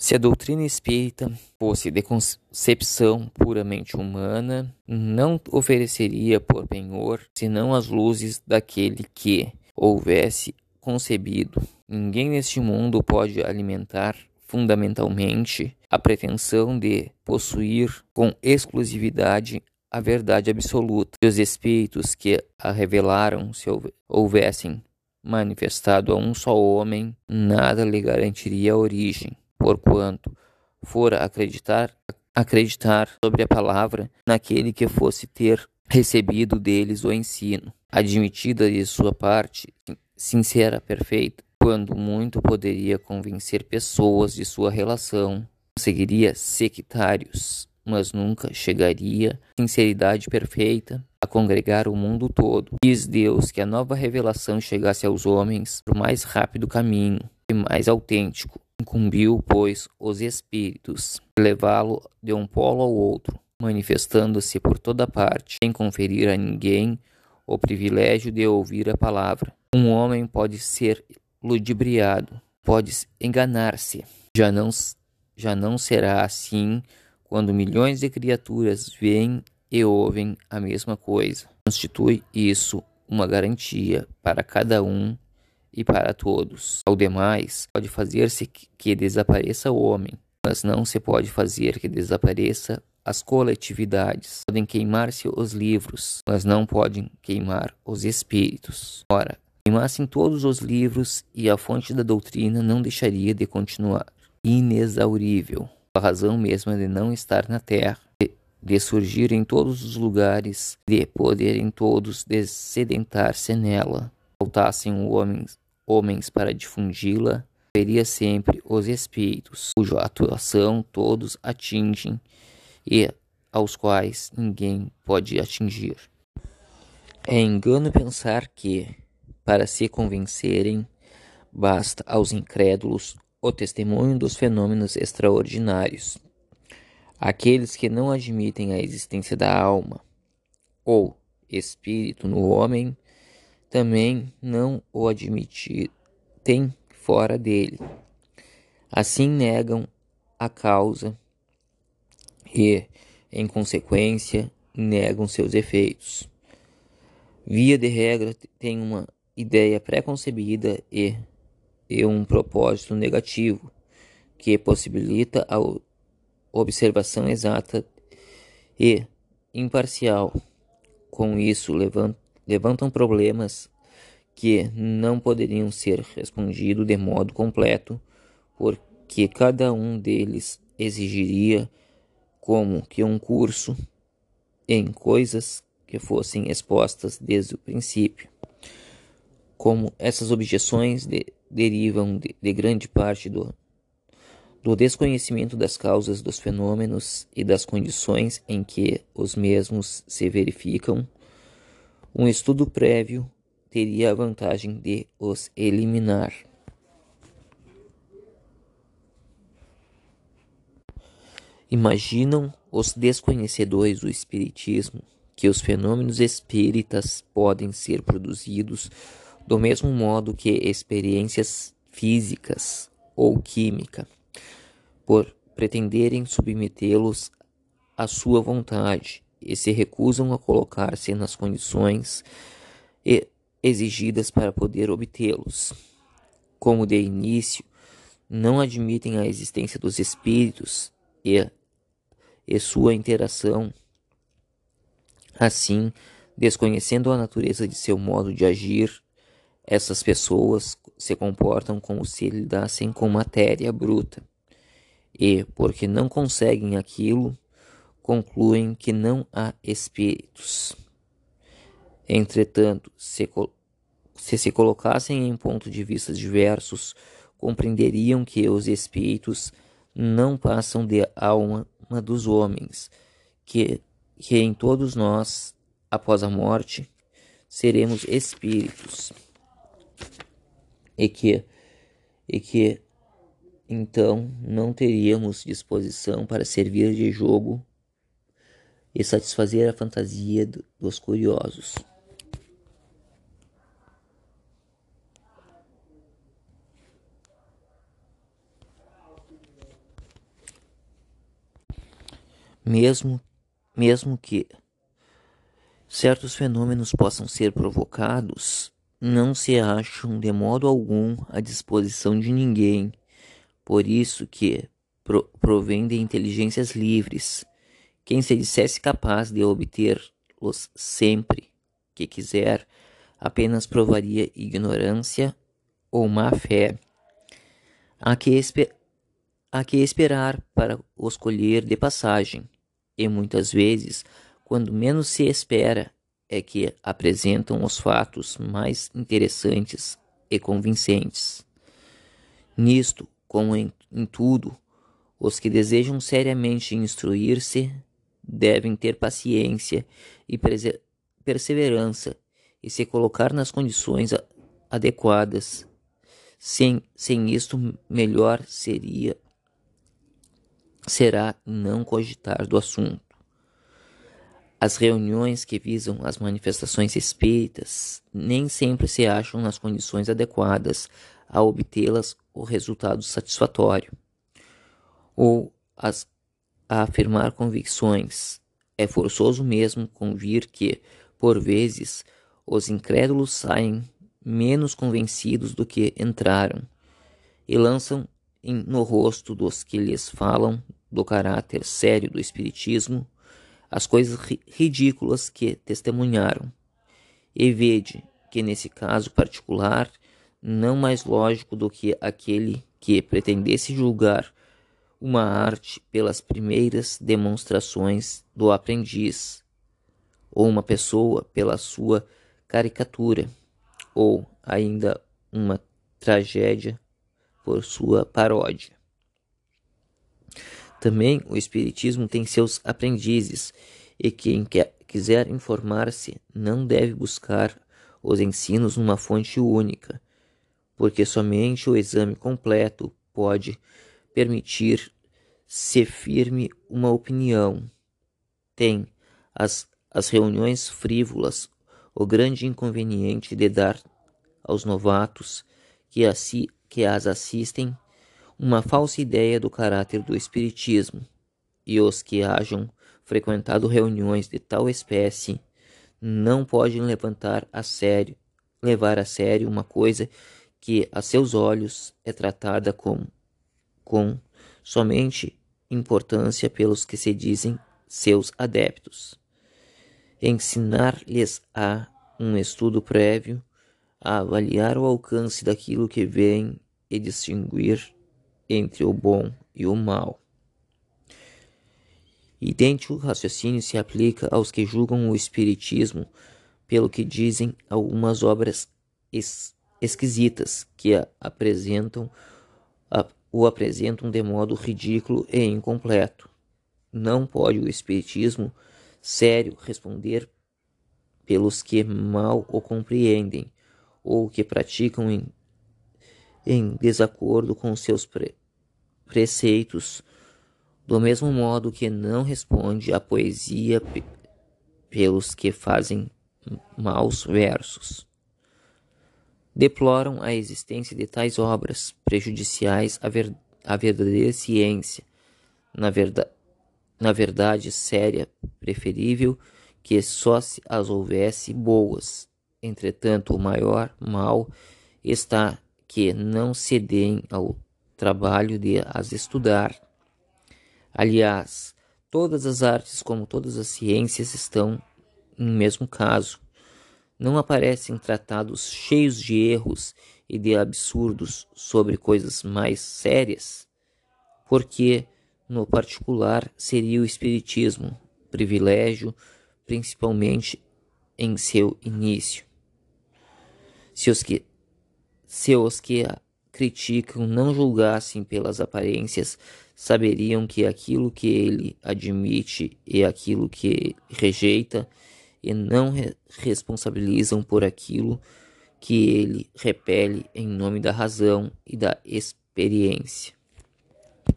Se a doutrina espírita fosse de concepção puramente humana, não ofereceria por penhor senão as luzes daquele que houvesse concebido. Ninguém neste mundo pode alimentar fundamentalmente a pretensão de possuir com exclusividade a verdade absoluta. Se os espíritos que a revelaram se houvessem manifestado a um só homem, nada lhe garantiria a origem, porquanto fora acreditar sobre a palavra naquele que fosse ter recebido deles o ensino, admitida de sua parte, sincera, perfeita, quando muito poderia convencer pessoas de sua relação, conseguiria sectários, mas nunca chegaria, sinceridade perfeita, a congregar o mundo todo. Quis Deus que a nova revelação chegasse aos homens por mais rápido caminho e mais autêntico. Incumbiu, pois, os espíritos levá-lo de um polo ao outro, manifestando-se por toda parte, sem conferir a ninguém o privilégio de ouvir a palavra. Um homem pode ser ludibriado, pode enganar-se. Já não será assim quando milhões de criaturas veem e ouvem a mesma coisa. Constitui isso uma garantia para cada um e para todos. Ao demais, pode fazer-se que desapareça o homem, mas não se pode fazer que desapareça as coletividades. Podem queimar-se os livros, mas não podem queimar os espíritos. Ora, queimassem todos os livros e a fonte da doutrina não deixaria de continuar inexaurível. A razão mesma de não estar na terra, de surgir em todos os lugares, de poderem todos dessedentar-se nela. Faltassem homens para difundi-la, seria sempre os espíritos, cuja atuação todos atingem e aos quais ninguém pode atingir. É engano pensar que, para se convencerem, basta aos incrédulos o testemunho dos fenômenos extraordinários. Aqueles que não admitem a existência da alma ou espírito no homem também não o admitem fora dele. Assim negam a causa e, em consequência, negam seus efeitos. Via de regra, tem uma ideia pré-concebida e um propósito negativo, que possibilita a observação exata e imparcial. Com isso, levantam problemas que não poderiam ser respondidos de modo completo, porque cada um deles exigiria como que um curso em coisas que fossem expostas desde o princípio. Como essas objeções derivam de grande parte do desconhecimento das causas dos fenômenos e das condições em que os mesmos se verificam, um estudo prévio teria a vantagem de os eliminar. Imaginam os desconhecedores do espiritismo que os fenômenos espíritas podem ser produzidos do mesmo modo que experiências físicas ou química, por pretenderem submetê-los à sua vontade e se recusam a colocar-se nas condições exigidas para poder obtê-los. Como de início não admitem a existência dos espíritos e sua interação, assim, desconhecendo a natureza de seu modo de agir, essas pessoas se comportam como se lidassem com matéria bruta e, porque não conseguem aquilo, concluem que não há espíritos. Entretanto, se colocassem em pontos de vista diversos, compreenderiam que os espíritos não passam de alma dos homens, que em todos nós, após a morte, seremos espíritos, e que então não teríamos disposição para servir de jogo e satisfazer a fantasia dos curiosos. Mesmo, mesmo que certos fenômenos possam ser provocados, não se acham de modo algum à disposição de ninguém, por isso que provém de inteligências livres. Quem se dissesse capaz de obter-los sempre que quiser, apenas provaria ignorância ou má fé. Há que esperar para os colher de passagem, e muitas vezes, quando menos se espera, é que apresentam os fatos mais interessantes e convincentes. Nisto, como em tudo, os que desejam seriamente instruir-se devem ter paciência e perseverança e se colocar nas condições adequadas. Sem isto, melhor será não cogitar do assunto. As reuniões que visam as manifestações espíritas nem sempre se acham nas condições adequadas a obtê-las o resultado satisfatório, ou a afirmar convicções. É forçoso mesmo convir que, por vezes, os incrédulos saem menos convencidos do que entraram, e lançam no rosto dos que lhes falam do caráter sério do Espiritismo as coisas ridículas que testemunharam. E vede que, nesse caso particular, não mais lógico do que aquele que pretendesse julgar uma arte pelas primeiras demonstrações do aprendiz, ou uma pessoa pela sua caricatura, ou ainda uma tragédia por sua paródia. Também o Espiritismo tem seus aprendizes, e quem quiser informar-se não deve buscar os ensinos numa fonte única, porque somente o exame completo pode permitir se firme uma opinião. Tem as reuniões frívolas o grande inconveniente de dar aos novatos que as assistem uma falsa ideia do caráter do Espiritismo, e os que hajam frequentado reuniões de tal espécie não podem levar a sério uma coisa que a seus olhos é tratada com somente importância pelos que se dizem seus adeptos. Ensinar-lhes a um estudo prévio, a avaliar o alcance daquilo que veem e distinguir entre o bom e o mal. Idêntico raciocínio se aplica aos que julgam o Espiritismo pelo que dizem algumas obras esquisitas que o apresentam de modo ridículo e incompleto. Não pode o Espiritismo sério responder pelos que mal o compreendem ou que praticam em desacordo com seus preceitos, do mesmo modo que não responde à poesia pelos que fazem maus versos. Deploram a existência de tais obras, prejudiciais à verdadeira ciência. Na verdade séria, preferível que só se as houvesse boas. Entretanto, o maior mal está que não se deem ao trabalho de as estudar. Aliás, todas as artes, como todas as ciências, estão em mesmo caso. Não aparecem tratados cheios de erros e de absurdos sobre coisas mais sérias, porque, no particular, seria o Espiritismo, privilégio, principalmente em seu início. Se os que a criticam não julgassem pelas aparências, saberiam que aquilo que ele admite e aquilo que rejeita, e não responsabilizam por aquilo que ele repele em nome da razão e da experiência.